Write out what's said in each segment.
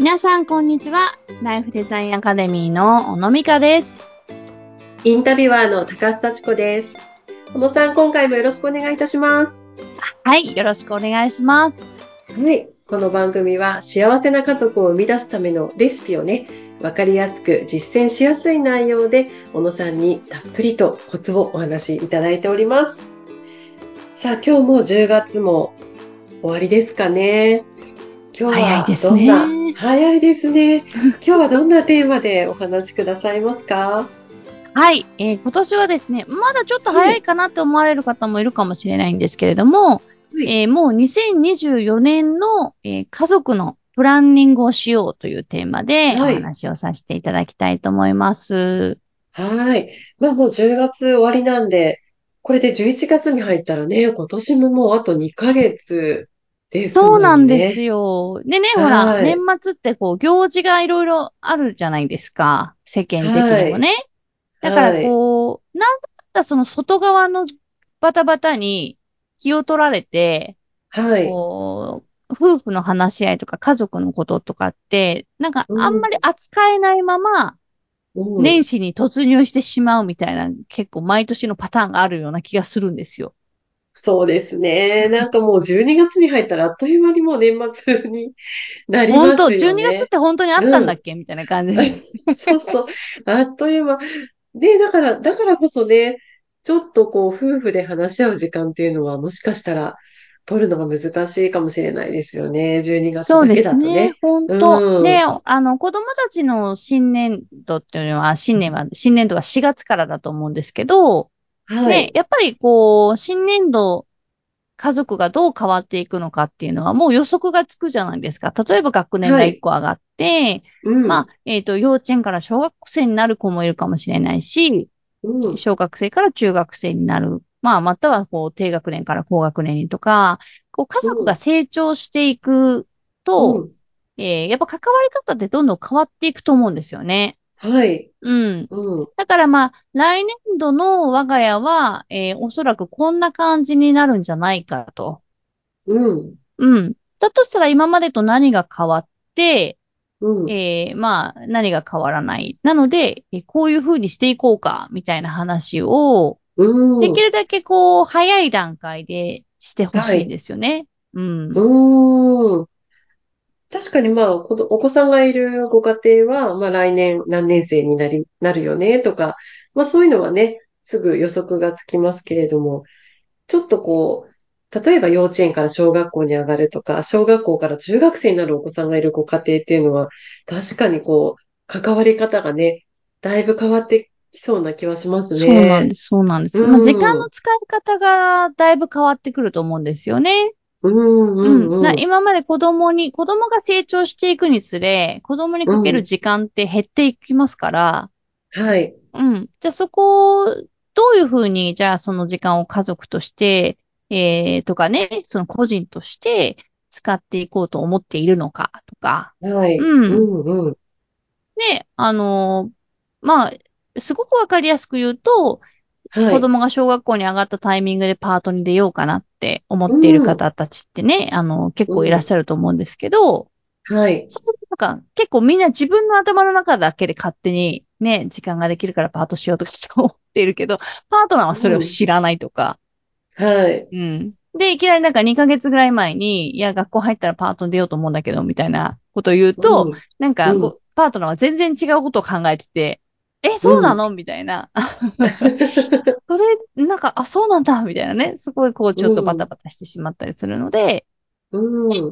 皆さん、こんにちは。ライフデザインアカデミーの小野美香です。 インタビュアーの高須幸子です。小野さん、今回もよろしくお願いいたします。 はい、よろしくお願いします。 はい。この番組は幸せな家族を生み出すためのレシピをね、わかりやすく実践しやすい内容で、小野さんにたっぷりとコツをお話しいただいております。さあ、今日も10月も終わりですかね。今日は早いですどんな、 ね。 早いですね。今日はどんなテーマでお話しくださいますか？ はい、今年はですね、まだちょっとはい。 早いかなって思われる方もいるかもしれないんですけれども、 はい。 もう2024年の、家族のプランニングをしようというテーマでおはい。 話をさせていただきたいと思います。 はい。まあもう10月終わりなんで、これで11月に入ったらね、今年ももうあと2ヶ月ですそうもなんですんね。 よ。でね、ほら、年はい。 末ってこう、行事がいろいろあるじゃないですか。世間的にもね。 はい。 だからはい。 こう、なんだったらその外側のバタバタに気を取られて、 はい。 こう、夫婦の話し合いとか家族のこととかって、なんかうあんまりん。 扱えないまま、 うん。 年始に突入してしまうみたいな、結構毎年のパターンがあるような気がするんですよ。 そうですね。なんかもう12月に入ったらあっという間にもう年末になり本当、 ます 12月っよね。 て本当にあったんうん。 だっけみたいな感じで。 そうそう。あっという間。で、だからこそね、ちょっとこう、夫婦で話し合う時間っていうのは、もしかしたら、取るのが難しいかもしれないですよね。12月そうでだけすね、 だとね。 本当。で、 うん。 子供たちの新年度っていうのは、新年度は4月からだと思うんですけど、ね、 はい。 やっぱりこう、新年度、家族がどう変わっていくのかっていうのはもう予測がつくじゃないですか。例えば学年が1 はい。 個上がって、まあ、 うん。 幼稚園から小学生になる子もいるかもしれないし、 うん。 小学生から中学生になる。まあ、またはこう、低学年から高学年にとか、こう、家族がうん。 成長していくと、 うん。 やっぱ関わり方ってどんどん変わっていくと思うんですよね。 はい。 うん。 うん。 だからまあ、来年度の我が家は、おそらくこんな感じになるんじゃないかと。 うん。 うん。だとしたら今までと何が変わって、 うん。 まあ、何が変わらない。なので、こういうふうにしていこうか、みたいな話を、 うん。 できるだけこう、早い段階でしてほしいんはい。 ですよね。うん。 うん。確かにまあ、お子さんがいるご家庭は、まあ来年何年生になるよねとか、まあそういうのはね、すぐ予測がつきますけれども、ちょっとこう、例えば幼稚園から小学校に上がるとか、小学校から中学生になるお子さんがいるご家庭っていうのは、確かにこう、関わり方がね、だいぶ変わってきそうな気はしますね。 そうなんです、そうなんです。まあ、時間うん、うん、 の使い方がだいぶ変わってくると思うんですよね。 うん、 うん。 うん、 今まで子供が成長していくにつれ、子供にうかけるん、 時間って減っていきますから、 はい、 うん。じゃあそこを、どういうふうに、じゃあその時間を家族として、とかね、その個人として使っていこうと思っているのかとか、 はい、 うん。 うん、うん、 で、まあ、すごくわかりやすく言うと、 はい、 子供が小学校に上がったタイミングでパートに出ようかなって思うっているん、 方たちってね、結う構いらっん、 しゃると思うんですけど、 はい、 そうなんか結構みんな自分の頭の中だけで勝手にね、時間ができるからパートしようとか思っているけど、パートナーはそれをうん、 知らないとか、 はい、 うん。で、いきなりなんか2ヶ月ぐらい前に、いや、学校入ったらパートに出ようと思うんだけど、みたいなことを言うと、 うん、 なんかうん、 パートナーは全然違うことを考えてて、 うん。 そうなのみたいな。それ、なんか、そうなんだみたいなね。すごいこう、 うちょっとバタん、 バタしてしまったりするので、 うん、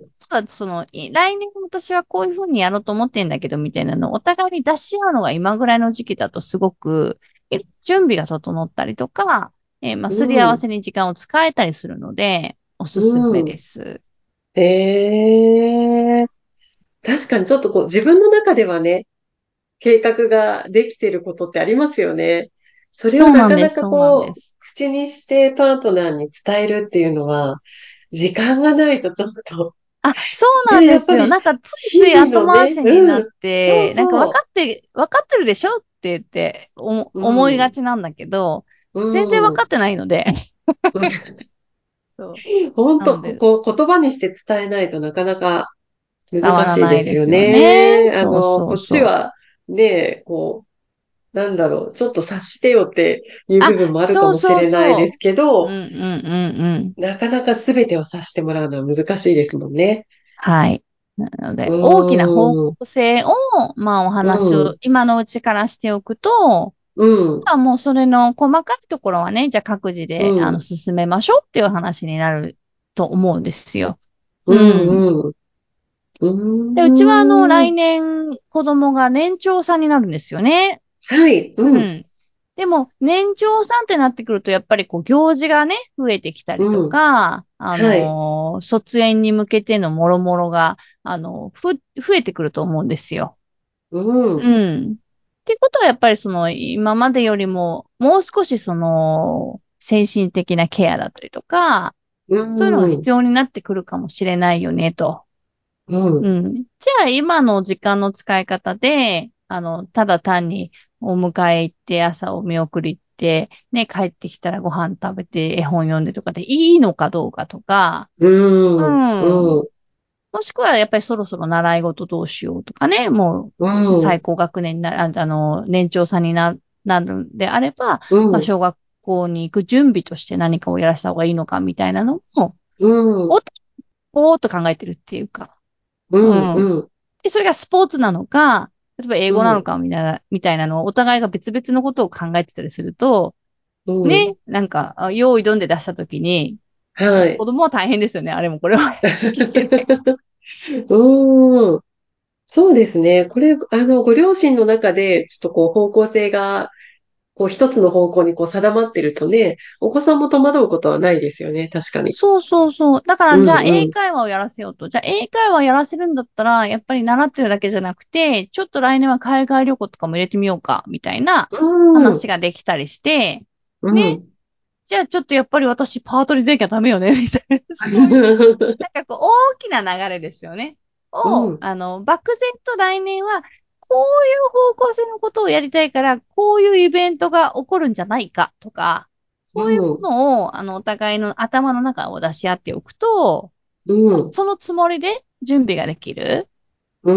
実は来年私はこういうふうにやろうと思ってんだけど、みたいなのをお互いに出し合うのが今ぐらいの時期だとすごく、準備が整ったりとか、まあ、 うすり合わん、 せに時間を使えたりするので、おすすめうん。 です。 ええ、確かにちょっとこう自分の中ではね、計画ができてることってありますよね。それをそうなんです、 なかなかそうなんでこう、 す。 口にしてパートナーに伝えるっていうのは、時間がないとちょっと、 そうなんね、やですよ。 っぱりなんかついつい日々のね、 後回しになっうん、そうて、なんかそ分かってるでしょって言ってう、 思いうん、 がちなんだけど、全然分うん、 かってないので、そう。 本当、 なので、 こう言葉にして伝えないとなかなか伝わら難しいですよないですよね。 ね。 そうそこうそう。 っちは、ね、なんだろう、ちょっと察してよっていうあ、 部分もあるかもしそうそうれないですそう。うんけど、 うんうんうん。 なかなか全てを察してもらうのは難しいですもんね。 はい。なのうで、大きな方ーん、 向性を、まあおう話をん、 今のうちからしておくと、 うん、 もうそれの細かいところはね、じゃあ各自うでん、 進めましょうっていう話になると思うんですよ。 ううん。 ん、うん、 で、うちはうーん。 来年子供が年長さんになるんですよね。 はい、うん、 うん。でも、年長さんってなってくると、やっぱり行事がね、増えてきたりとうん、 か、 はい、 卒園に向けてのもろもろが、増えてくると思うんですよ。 うん、 うん。ってことは、やっぱり今までよりも、もう少し精神的なケアだったりとか、 うそういうのがん、 必要になってくるかもしれないよね、と。 うん、 うん。じゃあ、今の時間の使い方で、ただ単にお迎え行って、朝お見送り行って、ね、帰ってきたらご飯食べて、絵本読んでとかでいいのかどうかとか、 ううん、 ん。 うん、 もしくは、やっぱりそろそろ習い事どうしようとかね、もうう、最ん、 高学年にな、年長さんになるんであれば、 うまあ、 ん、 小学校に行く準備として何かをやらせた方がいいのかみたいなのも、 うん、 おーっと考えてるっていうか、 うん、 うん。 うん、 で、それがスポーツなのか、例えば英う語なのん、 かみたいなのをお互いが別々のことを考えてたりすると、 うん、 ね、なんか、用意どんで出したときに、 はい。 子供は大変ですよね。あれもこれは聞けない。 うん、そうですね。これ、ご両親の中で、ちょっと方向性が、一つの方向に定まってるとね、お子さんも戸惑うことはないですよね。確かに。 そうそうそう。だかうら、じゃあ、 ん、うん、 英会話をやらせようと。じゃあ、英会話やらせるんだったら、やっぱり習ってるだけじゃなくて、ちょっと来年は海外旅行とかも入れてみようか、みたいなうん、 話ができたりして、ね。 うん。 じゃあ、ちょっとやっぱり私パートに出なきゃダメよね、みたいな。そういうなんか大きな流れですよね。を、 うん、 漠然と来年は、こういう方向性のことをやりたいから、こういうイベントが起こるんじゃないかとか、 うそういうん、 ものを、お互いの頭の中を出し合っておくと、 うん、 そのつもりで準備ができる。 うん。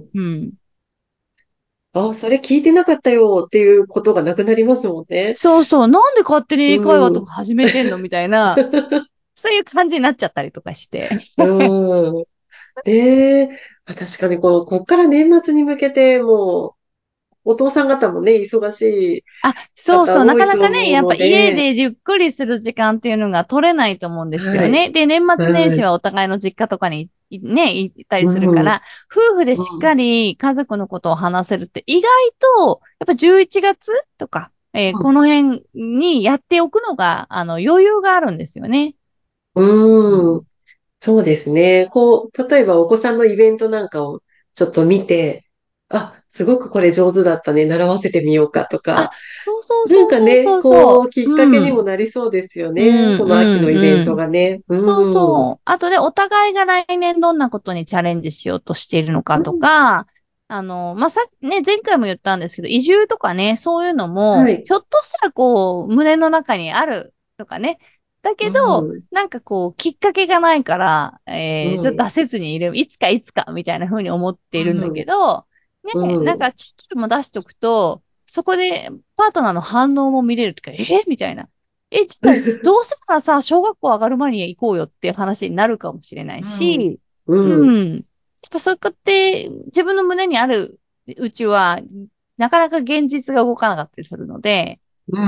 うん。 あ、それ聞いてなかったよっていうことがなくなりますもんね。 そうそう、なんで勝手に英会話うん。 とか始めてんのみたいな、そういう感じになっちゃったりとかして。 うん。確かにこっから年末に向けて、もう、お父さん方もね、忙しいあ、そうそう、な方多いかなかね、 と思うやっぱ家ので、 でゆっくりする時間っていうのが取れないと思うんですはい、 よね。で、年末年はい、 始はお互いの実家とかにね、行ったりうん、 するから、夫婦でしっかうん、 り家族のことを話せるって意外と、やっぱ11月とか、この辺にやっておくのが、余裕があるんですよね。ううん、 ん。 そうですね。例えばお子さんのイベントなんかをちょっと見て、あ、すごくこれ上手だったね、習わせてみようかとあ、 か、 そうそうなんそうそうかね、 そうそきっう。 かけにもうん。 なりそうですようん、 ね。その秋のうん、 イベンうん。 トがね。 そううん。 そう。あとで、お互いが来年どんなことにチャレンジしようとしているのかとうん、 か、まあ、ね、前回も言ったんですけど、移住とかね、そういうのも、 はい。 ひょっとしたら胸の中にあるとかね。だうけど、 ん。 なんかきっかけがないから、 うちょっとん。 出せずにいる、いつか、みたいな風に思っているんだうん。 けど、ね、なんうん。 かちょっとでも出しておくと、そこでパートナーの反応も見れるとか、みたいな。じゃあ、どうせならさ、小学校上がる前に行こうよっていう話になるかもしれないうん。 し、 うん。 うん。やっぱそうやって自分の胸にあるうちは、なかなか現実が動かなかったりするので、 うん。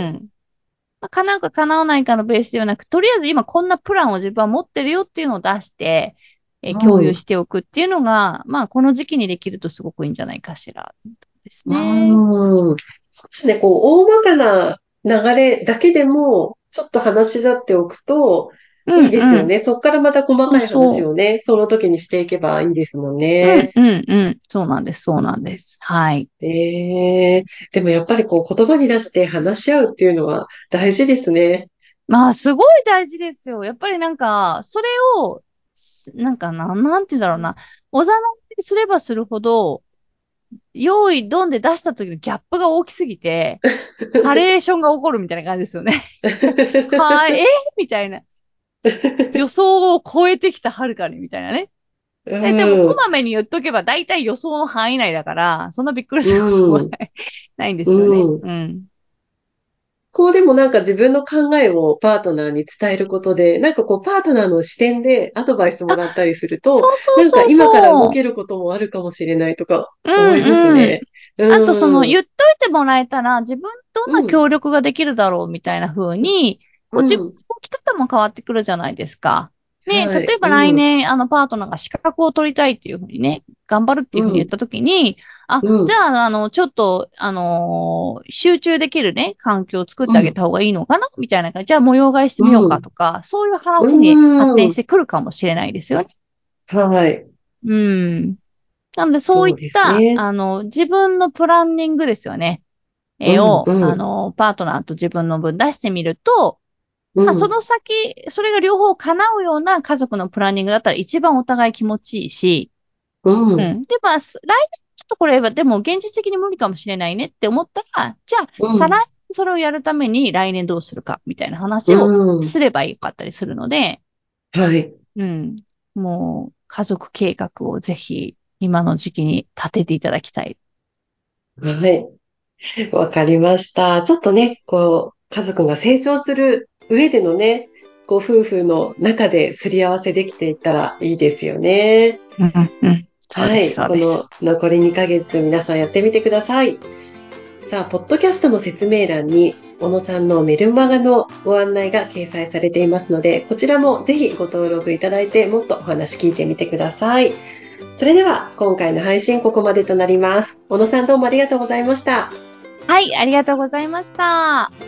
うん。まあ、叶うか叶わないかのベースではなく、とりあえず今こんなプランを自分は持ってるよっていうのを出して、共有しておくっていうのが、まあ、この時期にできるとすごくいいんじゃないかしら。ですね。 うん。少しね、大まかな流れだけでも、ちょっと話し合っておくと、いいうんうん。 ですよね。そこからまた細そうかい話そをね、その時にしていけばいいですもんう。うんね。 うんうん。そうなんです。そうなんです。はい。 ええ、でもやっぱり言葉に出して話し合うっていうのは大事ですね。 まあ、すごい大事ですよ。やっぱりなんか、それを、なんかなんて言うんだろうな。おざなりにすればするほど、用意ドンで出した時のギャップが大きすぎて、ハレーションが起こるみたいな感じですよね。はい、みたいな。予想を超えてきたはるかに、みたいなね。 でも、こうん。 まめに言っとけば大体予想の範囲内だから、そんなびっくりすることもなうん。 い、ないんでうすよね。 ん。 うん。 こうでもなんか自分の考えをパートナーに伝えることで、なんかこうパートナーの視点でアドバイスもあ、 らったりすると、 そうそうなんかそう今から動そう。 けることもあるかもしれないとかう思いますんうん。 ね。 あと、 うん。 言っといてもらえたら、自分どんなうん。 協力ができるだろうみたいな風に、 う自分のん。 動き方も変わってくるじゃないですか。ね、 はい。 例えば来うん。 年、パートナーが資格を取りたいっていう風にね、頑張るっていう風にうん。 言った時に、あ、 うん。 じゃあ、ちょっと、集中できるね、環境を作ってあげうん。 た方がいいのかなみたいな感じ。じゃあ、模様替えしてみよううん。 かとか、そういうう話に発展ん。 してくるかもしれないですよね。 はい。 うん。なので、そういっそうですた、 ね。 自分のプランニングですよね。 うん。 を、 うん。 パートナーと自分の分出してみると、まあ、そうん。 の先、それが両方叶うような家族のプランニングだったら一番お互い気持ちいいし、 うん。 うん。で、まあ、来年ちょっとこれは、でも現実的に無理かもしれないねって思ったら、じゃあ、 うん。 再来年それをやるために来年どうするか、みたいなう話をん。 すればよかったりするので、 はい。 うん。もう、家族計画をぜひ、今の時期に立てていただきたい。 はい。わかりました。ちょっとね、こう、家族が成長する上でのね、こう、夫婦の中ですり合わせできていったらいいですよね。 うん、うん。そうです、 はい。このそうです。 残り2ヶ月、皆さんやってみてください。さあ、ポッドキャストの説明欄に、小野さんのメルマガのご案内が掲載されていますので、こちらもぜひご登録いただいて、もっとお話聞いてみてください。それでは、今回の配信ここまでとなります。小野さんどうもありがとうございました。 はい、ありがとうございました。